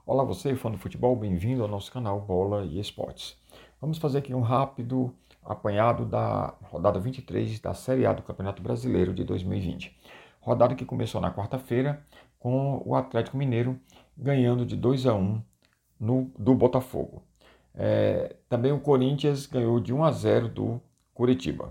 Olá você, fã do futebol, bem-vindo ao nosso canal Bola e Esportes. Vamos fazer aqui um rápido apanhado da rodada 23 da Série A do Campeonato Brasileiro de 2020. Rodada que começou na quarta-feira com o Atlético Mineiro ganhando de 2-1 do Botafogo. Também o Corinthians ganhou de 1-0 do Curitiba.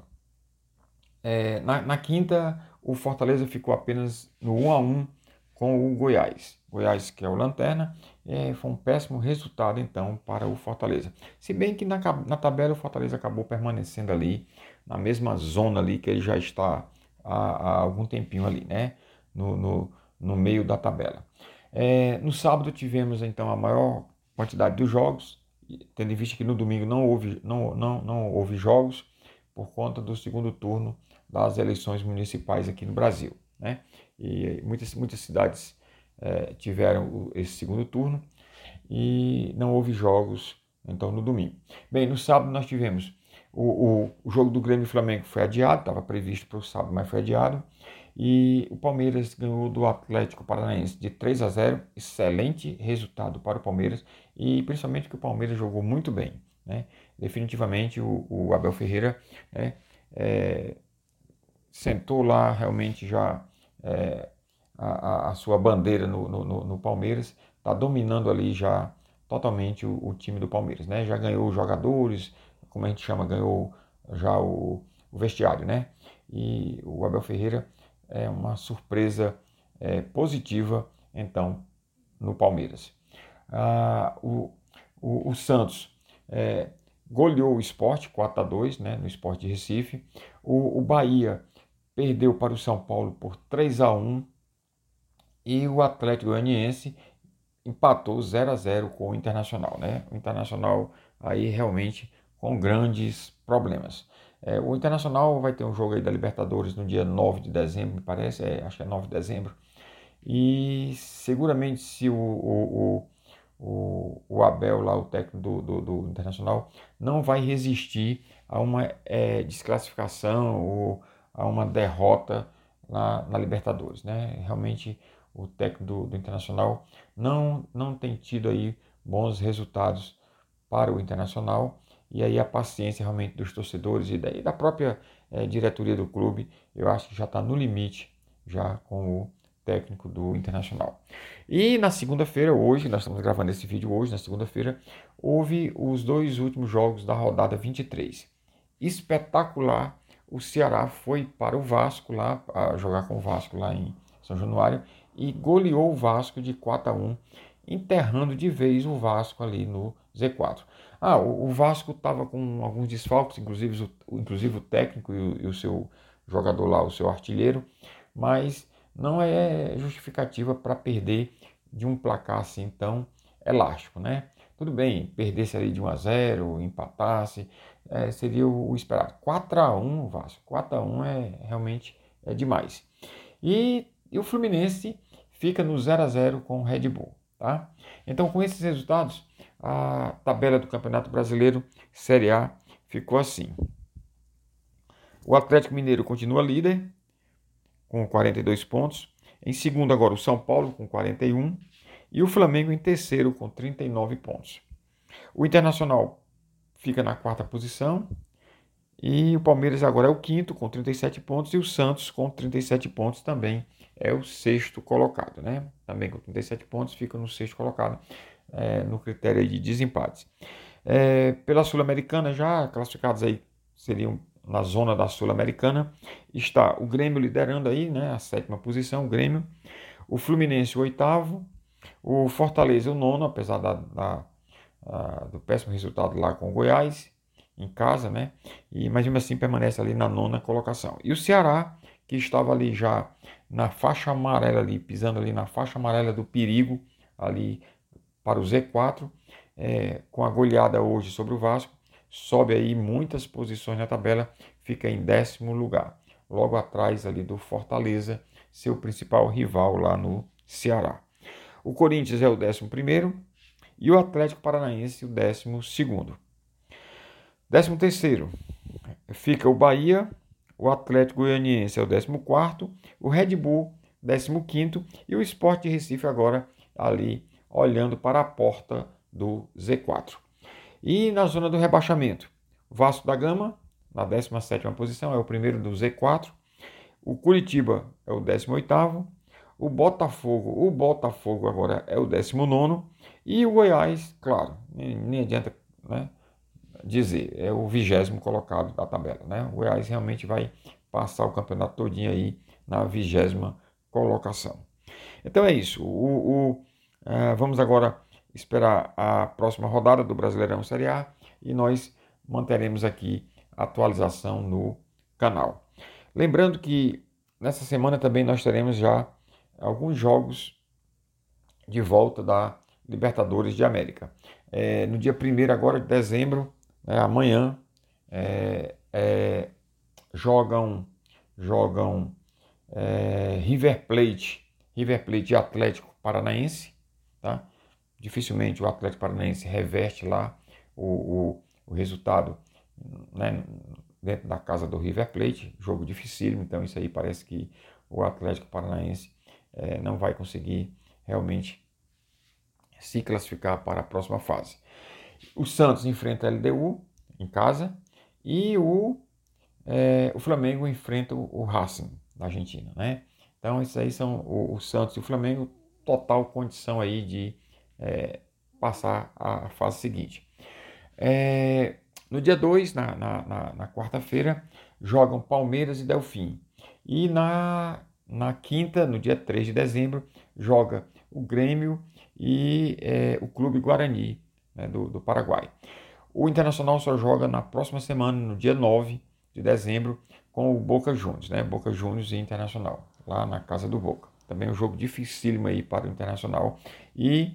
Na quinta, o Fortaleza ficou apenas no 1-1 com o Goiás. Goiás, que é o Lanterna, foi um péssimo resultado, então, para o Fortaleza. Se bem que na tabela o Fortaleza acabou permanecendo ali, na mesma zona ali que ele já está há algum tempinho ali, né? No meio da tabela. No sábado tivemos, então, a maior quantidade dos jogos, tendo em vista que no domingo não houve jogos, por conta do segundo turno das eleições municipais aqui no Brasil, né? E muitas cidades tiveram esse segundo turno e não houve jogos, então, no domingo. Bem, no sábado nós tivemos o jogo do Grêmio e Flamengo foi adiado, estava previsto para o sábado, mas foi adiado. E o Palmeiras ganhou do Atlético Paranaense de 3-0, excelente resultado para o Palmeiras e principalmente que o Palmeiras jogou muito bem, né? Definitivamente o Abel Ferreira, né, sentou lá realmente já a sua bandeira no Palmeiras, está dominando ali já totalmente o time do Palmeiras, né? Já ganhou os jogadores, como a gente chama, ganhou já o vestiário, né? E o Abel Ferreira é uma surpresa positiva, então, no Palmeiras. O Santos goleou o Sport 4-2, né, no Sport de Recife. O Bahia perdeu para o São Paulo por 3-1 e o Atlético Goianiense empatou 0-0 com o Internacional, né? O Internacional aí realmente com grandes problemas. O Internacional vai ter um jogo aí da Libertadores no dia 9 de dezembro, me parece, acho que é 9 de dezembro. E seguramente se o Abel, lá, o técnico do Internacional, não vai resistir a uma desclassificação ou a uma derrota na Libertadores, né? Realmente o técnico do Internacional não tem tido aí bons resultados para o Internacional e aí a paciência realmente dos torcedores e da própria diretoria do clube, eu acho que já está no limite já com o técnico do Internacional. E na segunda-feira, hoje, nós estamos gravando esse vídeo hoje, na segunda-feira, houve os dois últimos jogos da rodada 23. Espetacular, o Ceará foi para o Vasco, lá, a jogar com o Vasco lá em São Januário, e goleou o Vasco de 4-1, enterrando de vez o Vasco ali no Z4. O Vasco estava com alguns desfalques, inclusive o técnico e o seu jogador lá, o seu artilheiro, mas não é justificativa para perder de um placar assim tão elástico, né? Tudo bem, perdesse ali de 1-0, empatasse, seria o esperado. 4-1 Vasco, 4-1 realmente demais. E o Fluminense fica no 0-0 com o Red Bull, tá? Então, com esses resultados, a tabela do Campeonato Brasileiro Série A ficou assim. O Atlético Mineiro continua líder, com 42 pontos. Em segundo agora o São Paulo com 41 e o Flamengo em terceiro com 39 pontos. O Internacional fica na quarta posição e o Palmeiras agora é o quinto com 37 pontos e o Santos com 37 pontos também é o sexto colocado, né? Também com 37 pontos fica no sexto colocado no critério de desempates. Pela Sul-Americana já classificados aí seriam na zona da Sul-Americana, está o Grêmio liderando aí, né, a sétima posição, o Grêmio, o Fluminense o oitavo, o Fortaleza o nono, apesar do péssimo resultado lá com o Goiás, em casa, né, mas mesmo assim permanece ali na nona colocação. E o Ceará, que estava ali já na faixa amarela ali, pisando ali na faixa amarela do perigo, ali para o Z4, com a goleada hoje sobre o Vasco, sobe aí muitas posições na tabela, fica em 10º lugar, logo atrás ali do Fortaleza, seu principal rival lá no Ceará. O Corinthians é o 11º e o Atlético Paranaense o 12º. 13º fica o Bahia, o Atlético Goianiense é o 14º, o Red Bull 15º e o Sport de Recife agora ali olhando para a porta do Z4. E na zona do rebaixamento, Vasco da Gama, na 17ª posição, é o primeiro do Z4. O Curitiba é o 18º. O Botafogo agora é o 19º. E o Goiás, claro, nem adianta, né, dizer, é o 20º colocado da tabela, né? O Goiás realmente vai passar o campeonato todinho aí na 20ª colocação. Então é isso. Vamos agora esperar a próxima rodada do Brasileirão Série A e nós manteremos aqui a atualização no canal. Lembrando que nessa semana também nós teremos já alguns jogos de volta da Libertadores de América. No dia 1º agora de dezembro, amanhã, jogam River Plate e Atlético Paranaense, tá? Dificilmente o Atlético Paranaense reverte lá o resultado, né, dentro da casa do River Plate, jogo dificílimo, então isso aí parece que o Atlético Paranaense não vai conseguir realmente se classificar para a próxima fase. O Santos enfrenta a LDU em casa e o Flamengo enfrenta o Racing da Argentina, né? Então esses aí são o Santos e o Flamengo, total condição aí de passar a fase seguinte. No dia 2, na quarta-feira, jogam Palmeiras e Delfim. E na quinta, no dia 3 de dezembro, joga o Grêmio e o Clube Guarani, né, do Paraguai. O Internacional só joga na próxima semana, no dia 9 de dezembro, com o Boca Juniors, né? Boca Juniors e Internacional, lá na casa do Boca. Também um jogo dificílimo aí para o Internacional. E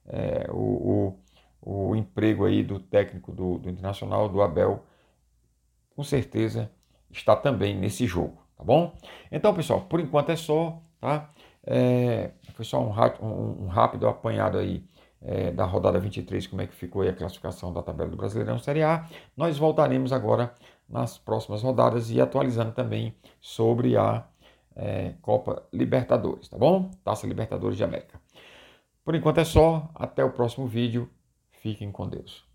o emprego aí do técnico do Internacional, do Abel, com certeza está também nesse jogo, tá bom? Então, pessoal, por enquanto é só, tá? Foi só um rápido apanhado aí da rodada 23, como é que ficou aí a classificação da tabela do Brasileirão Série A. Nós voltaremos agora nas próximas rodadas e atualizando também sobre a Copa Libertadores, tá bom? Taça Libertadores de América. Por enquanto é só, até o próximo vídeo. Fiquem com Deus.